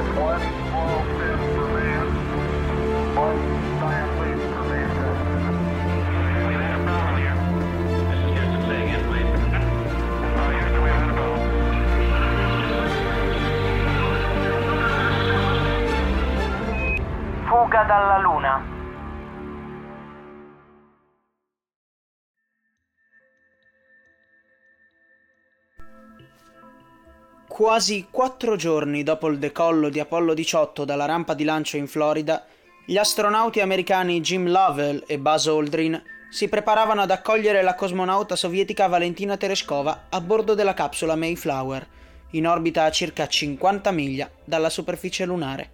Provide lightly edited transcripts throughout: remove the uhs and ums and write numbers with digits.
one small step for man, one giant leap for mankind. We had a problem here. This is Houston. Say again, please. Houston, we had a problem. Fuga dalla Luna. Quasi 4 giorni dopo il decollo di Apollo 18 dalla rampa di lancio in Florida, gli astronauti americani Jim Lovell e Buzz Aldrin si preparavano ad accogliere la cosmonauta sovietica Valentina Tereshkova a bordo della capsula Mayflower, in orbita a circa 50 miglia dalla superficie lunare.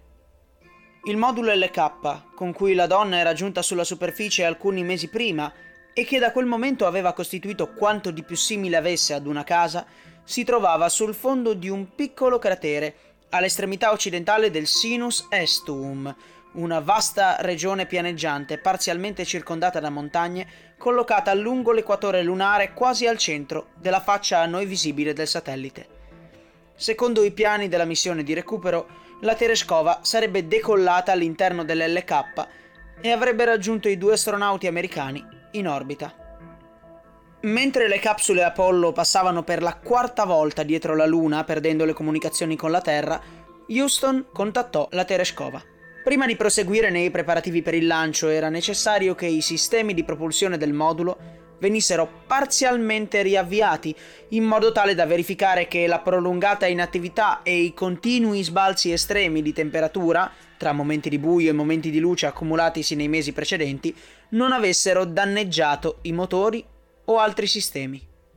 Il modulo LK, con cui la donna era giunta sulla superficie alcuni mesi prima e che da quel momento aveva costituito quanto di più simile avesse ad una casa, si trovava sul fondo di un piccolo cratere all'estremità occidentale del Sinus Estuum, una vasta regione pianeggiante parzialmente circondata da montagne, collocata lungo l'equatore lunare quasi al centro della faccia a noi visibile del satellite. Secondo i piani della missione di recupero, la Tereshkova sarebbe decollata all'interno dell'LK e avrebbe raggiunto i 2 astronauti americani in orbita. Mentre le capsule Apollo passavano per la 4ª volta dietro la Luna, perdendo le comunicazioni con la Terra, Houston contattò la Tereshkova. Prima di proseguire nei preparativi per il lancio era necessario che i sistemi di propulsione del modulo venissero parzialmente riavviati, in modo tale da verificare che la prolungata inattività e i continui sbalzi estremi di temperatura, tra momenti di buio e momenti di luce accumulatisi nei mesi precedenti, non avessero danneggiato i motori o altri sistemi.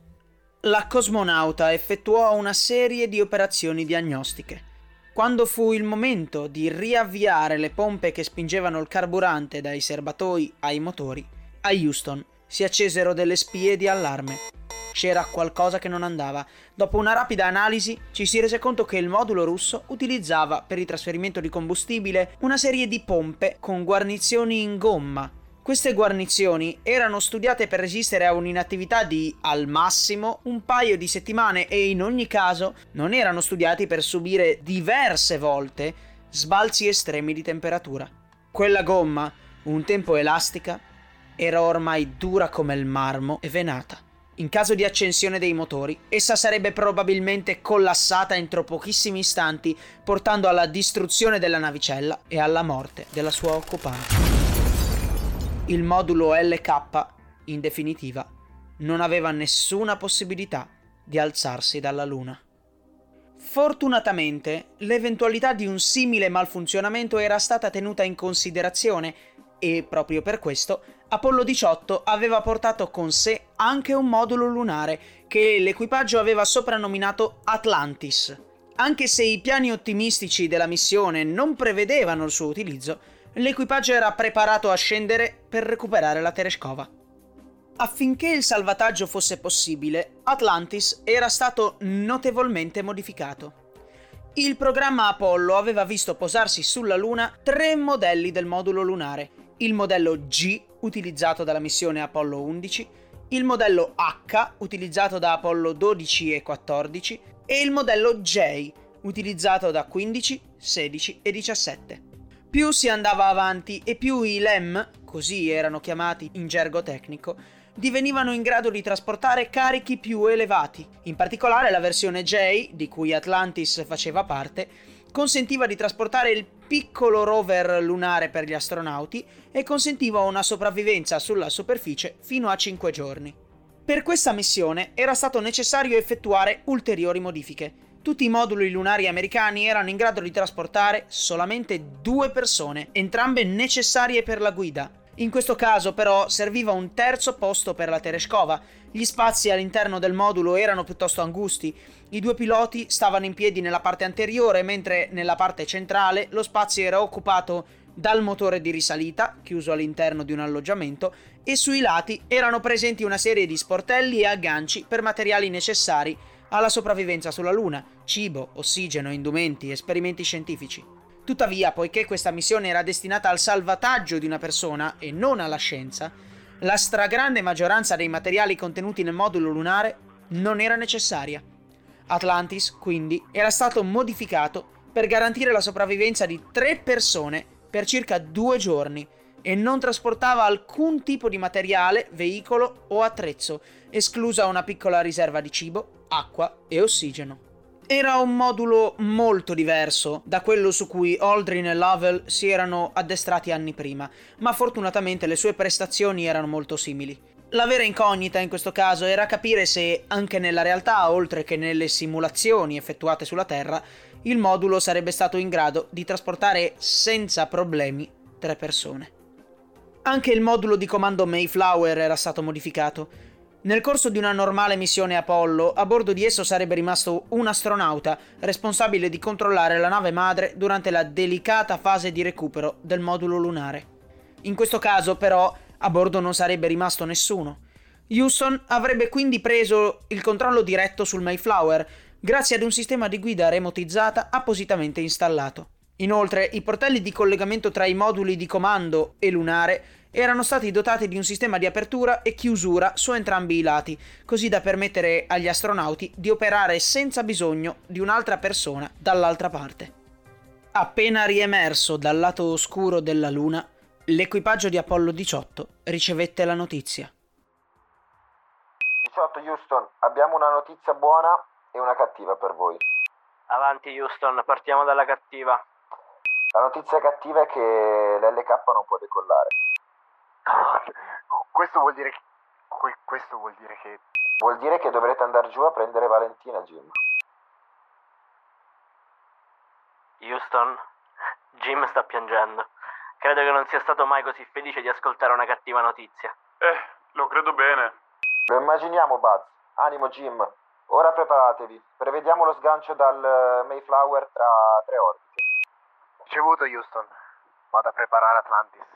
La cosmonauta effettuò una serie di operazioni diagnostiche. Quando fu il momento di riavviare le pompe che spingevano il carburante dai serbatoi ai motori, a Houston si accesero delle spie di allarme. C'era qualcosa che non andava. Dopo una rapida analisi ci si rese conto che il modulo russo utilizzava per il trasferimento di combustibile una serie di pompe con guarnizioni in gomma. Queste guarnizioni erano studiate per resistere a un'inattività di, al massimo, un paio di settimane e in ogni caso non erano studiati per subire diverse volte sbalzi estremi di temperatura. Quella gomma, un tempo elastica, era ormai dura come il marmo e venata. In caso di accensione dei motori, essa sarebbe probabilmente collassata entro pochissimi istanti, portando alla distruzione della navicella e alla morte della sua occupante. Il modulo LK, in definitiva, non aveva nessuna possibilità di alzarsi dalla Luna. Fortunatamente, l'eventualità di un simile malfunzionamento era stata tenuta in considerazione e, proprio per questo, Apollo 18 aveva portato con sé anche un modulo lunare che l'equipaggio aveva soprannominato Atlantis. Anche se i piani ottimistici della missione non prevedevano il suo utilizzo, l'equipaggio era preparato a scendere per recuperare la Tereshkova. Affinché il salvataggio fosse possibile, Atlantis era stato notevolmente modificato. Il programma Apollo aveva visto posarsi sulla Luna 3 modelli del modulo lunare: il modello G, utilizzato dalla missione Apollo 11, il modello H, utilizzato da Apollo 12 e 14, e il modello J, utilizzato da 15, 16 e 17. Più si andava avanti e più i LEM, così erano chiamati in gergo tecnico, divenivano in grado di trasportare carichi più elevati. In particolare la versione J, di cui Atlantis faceva parte, consentiva di trasportare il piccolo rover lunare per gli astronauti e consentiva una sopravvivenza sulla superficie fino a 5 giorni. Per questa missione era stato necessario effettuare ulteriori modifiche. Tutti i moduli lunari americani erano in grado di trasportare solamente 2 persone, entrambe necessarie per la guida. In questo caso però serviva un terzo posto per la Tereshkova. Gli spazi all'interno del modulo erano piuttosto angusti. I 2 piloti stavano in piedi nella parte anteriore, mentre nella parte centrale lo spazio era occupato dal motore di risalita, chiuso all'interno di un alloggiamento, e sui lati erano presenti una serie di sportelli e agganci per materiali necessari alla sopravvivenza sulla Luna: cibo, ossigeno, indumenti, esperimenti scientifici. Tuttavia, poiché questa missione era destinata al salvataggio di una persona e non alla scienza, la stragrande maggioranza dei materiali contenuti nel modulo lunare non era necessaria. Atlantis, quindi, era stato modificato per garantire la sopravvivenza di 3 persone per circa 2 giorni e non trasportava alcun tipo di materiale, veicolo o attrezzo, esclusa una piccola riserva di cibo, acqua e ossigeno. Era un modulo molto diverso da quello su cui Aldrin e Lovell si erano addestrati anni prima, ma fortunatamente le sue prestazioni erano molto simili. La vera incognita in questo caso era capire se, anche nella realtà, oltre che nelle simulazioni effettuate sulla Terra, il modulo sarebbe stato in grado di trasportare senza problemi 3 persone. Anche il modulo di comando Mayflower era stato modificato. Nel corso di una normale missione Apollo, a bordo di esso sarebbe rimasto un astronauta responsabile di controllare la nave madre durante la delicata fase di recupero del modulo lunare. In questo caso, però, a bordo non sarebbe rimasto nessuno. Houston avrebbe quindi preso il controllo diretto sul Mayflower, grazie ad un sistema di guida remotizzata appositamente installato. Inoltre, i portelli di collegamento tra i moduli di comando e lunare erano stati dotati di un sistema di apertura e chiusura su entrambi i lati, così da permettere agli astronauti di operare senza bisogno di un'altra persona dall'altra parte. Appena riemerso dal lato oscuro della Luna, l'equipaggio di Apollo 18 ricevette la notizia. 18 Houston, abbiamo una notizia buona e una cattiva per voi. Avanti Houston, partiamo dalla cattiva. La notizia cattiva è che l'LK non può decollare. Questo vuol dire che... Vuol dire che dovrete andare giù a prendere Valentina, Jim. Houston, Jim sta piangendo. Credo che non sia stato mai così felice di ascoltare una cattiva notizia. Lo credo bene. Lo immaginiamo, Buzz. Animo, Jim. Ora preparatevi. Prevediamo lo sgancio dal Mayflower tra 3 orbite. Ricevuto, Houston. Vado a preparare Atlantis.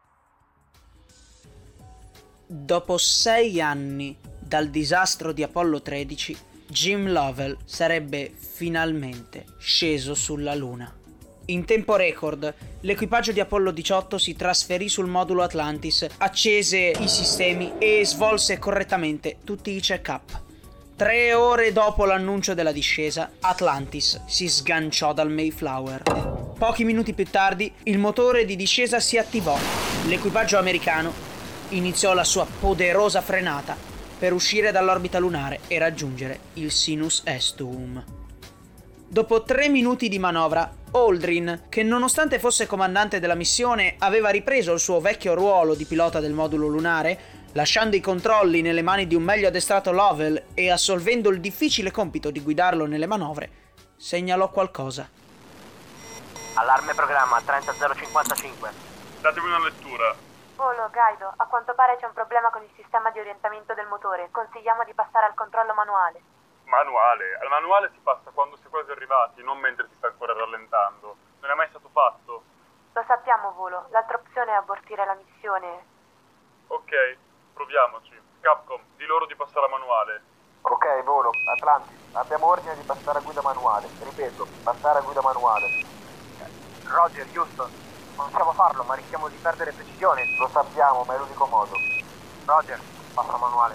Dopo 6 anni dal disastro di Apollo 13, Jim Lovell sarebbe finalmente sceso sulla Luna. In tempo record, l'equipaggio di Apollo 18 si trasferì sul modulo Atlantis, accese i sistemi e svolse correttamente tutti i check-up. 3 ore dopo l'annuncio della discesa, Atlantis si sganciò dal Mayflower. Pochi minuti più tardi, il motore di discesa si attivò. L'equipaggio americano iniziò la sua poderosa frenata per uscire dall'orbita lunare e raggiungere il Sinus Estuum. Dopo 3 minuti di manovra, Aldrin, che nonostante fosse comandante della missione, aveva ripreso il suo vecchio ruolo di pilota del modulo lunare, lasciando i controlli nelle mani di un meglio addestrato Lovell e assolvendo il difficile compito di guidarlo nelle manovre, segnalò qualcosa. Allarme programma 30055. Datemi una lettura. Volo, Guido, a quanto pare c'è un problema con il sistema di orientamento del motore. Consigliamo di passare al controllo manuale. Manuale? Al manuale si passa quando si è quasi arrivati, non mentre si sta ancora rallentando. Non è mai stato fatto. Lo sappiamo, Volo. L'altra opzione è abortire la missione. Ok, proviamoci. Capcom, di loro di passare a manuale. Ok, Volo. Atlantis, abbiamo ordine di passare a guida manuale. Ripeto, passare a guida manuale. Roger, Houston. Possiamo farlo, ma rischiamo di perdere precisione. Lo sappiamo, ma è l'unico modo. Roger, passa manuale.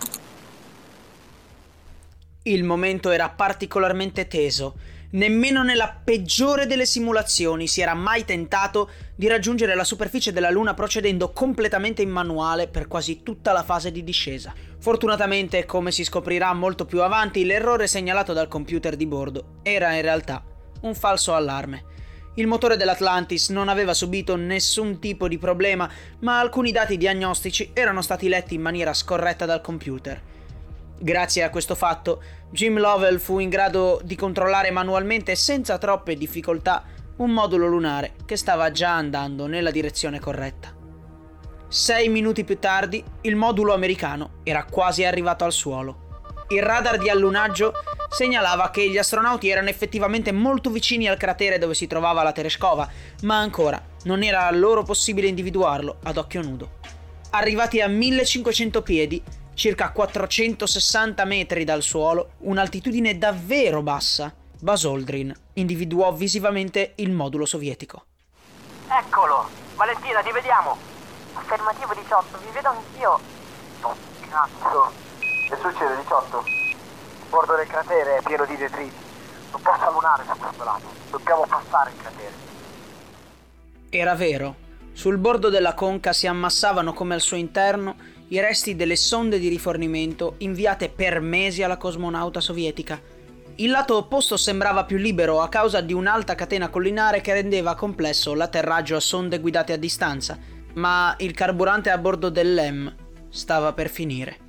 Il momento era particolarmente teso. Nemmeno nella peggiore delle simulazioni si era mai tentato di raggiungere la superficie della Luna procedendo completamente in manuale per quasi tutta la fase di discesa. Fortunatamente, come si scoprirà molto più avanti, l'errore segnalato dal computer di bordo era in realtà un falso allarme. Il motore dell'Atlantis non aveva subito nessun tipo di problema, ma alcuni dati diagnostici erano stati letti in maniera scorretta dal computer. Grazie a questo fatto, Jim Lovell fu in grado di controllare manualmente e senza troppe difficoltà un modulo lunare che stava già andando nella direzione corretta. 6 minuti più tardi, il modulo americano era quasi arrivato al suolo. Il radar di allunaggio segnalava che gli astronauti erano effettivamente molto vicini al cratere dove si trovava la Tereshkova, ma ancora non era loro possibile individuarlo ad occhio nudo. Arrivati a 1500 piedi, circa 460 metri dal suolo, un'altitudine davvero bassa, Buzz Aldrin individuò visivamente il modulo sovietico. Eccolo! Valentina, ti vediamo! Affermativo 18, vi vedo anch'io. Oh, cazzo! Che succede, 18? Il bordo del cratere è pieno di detriti. Non posso allunare su questo lato. Dobbiamo passare il cratere. Era vero. Sul bordo della conca si ammassavano come al suo interno i resti delle sonde di rifornimento inviate per mesi alla cosmonauta sovietica. Il lato opposto sembrava più libero a causa di un'alta catena collinare che rendeva complesso l'atterraggio a sonde guidate a distanza, ma il carburante a bordo dell'EM stava per finire.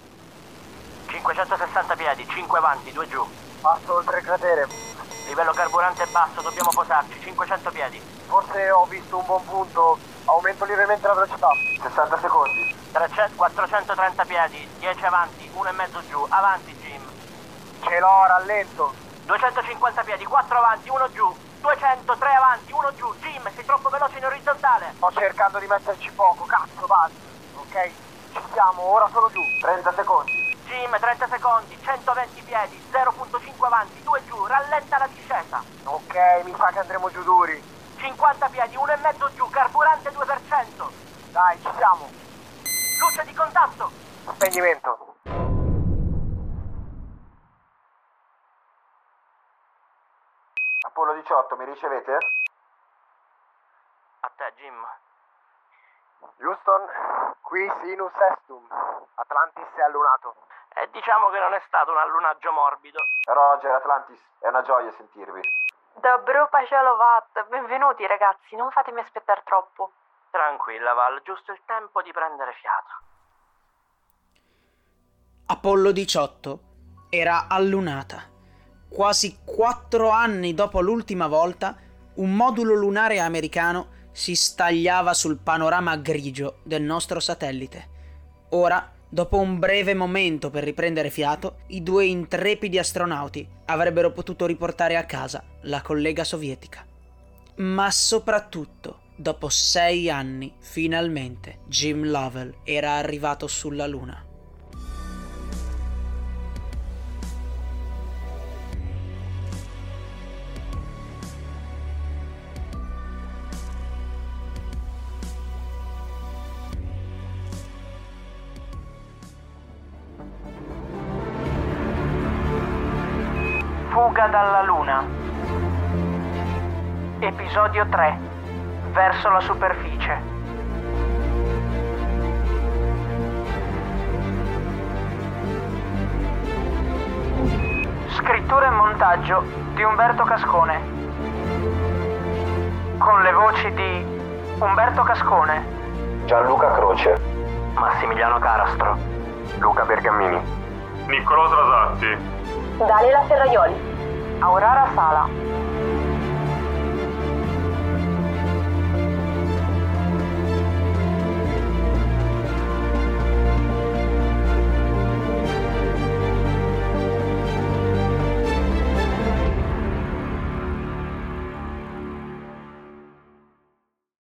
560 piedi, 5 avanti, 2 giù. Passo oltre il cratere. Livello carburante basso, dobbiamo posarci, 500 piedi. Forse ho visto un buon punto. Aumento lievemente la velocità. 60 secondi. 430 piedi, 10 avanti, 1,5 giù. Avanti, Jim. Ce l'ho, rallento. 250 piedi, 4 avanti, 1 giù. 200, 3 avanti, 1 giù. Jim, sei troppo veloce in orizzontale. Sto cercando di metterci poco, cazzo, Buzz. Ok, ci siamo, ora sono giù. 30 secondi. Jim, 30 secondi, 120 piedi, 0,5 avanti, 2 giù. Rallenta la discesa. Ok, mi sa che andremo giù duri. 50 piedi, 1,5 giù, carburante 2%. Dai, ci siamo. Luce di contatto. Spegnimento. Apollo 18, mi ricevete? A te, Jim. Houston, qui Sinus Estum. Atlantis è allunato. E diciamo che non è stato un allunaggio morbido. Roger, Atlantis, è una gioia sentirvi. Dobro Pachelovat, benvenuti ragazzi, non fatemi aspettare troppo. Tranquilla, Val, giusto il tempo di prendere fiato. Apollo 18 era allunata. Quasi 4 anni dopo l'ultima volta, un modulo lunare americano si stagliava sul panorama grigio del nostro satellite. Ora, dopo un breve momento per riprendere fiato, i 2 intrepidi astronauti avrebbero potuto riportare a casa la collega sovietica. Ma soprattutto, dopo 6 anni, finalmente Jim Lovell era arrivato sulla Luna. Fuga dalla Luna. Episodio 3. Verso la superficie. Scrittura e montaggio di Umberto Cascone. Con le voci di Umberto Cascone, Gianluca Croce, Massimiliano Carastro. Luca Bergammini, Niccolò Trasatti. Dalila Ferraioli. Aurora Sala,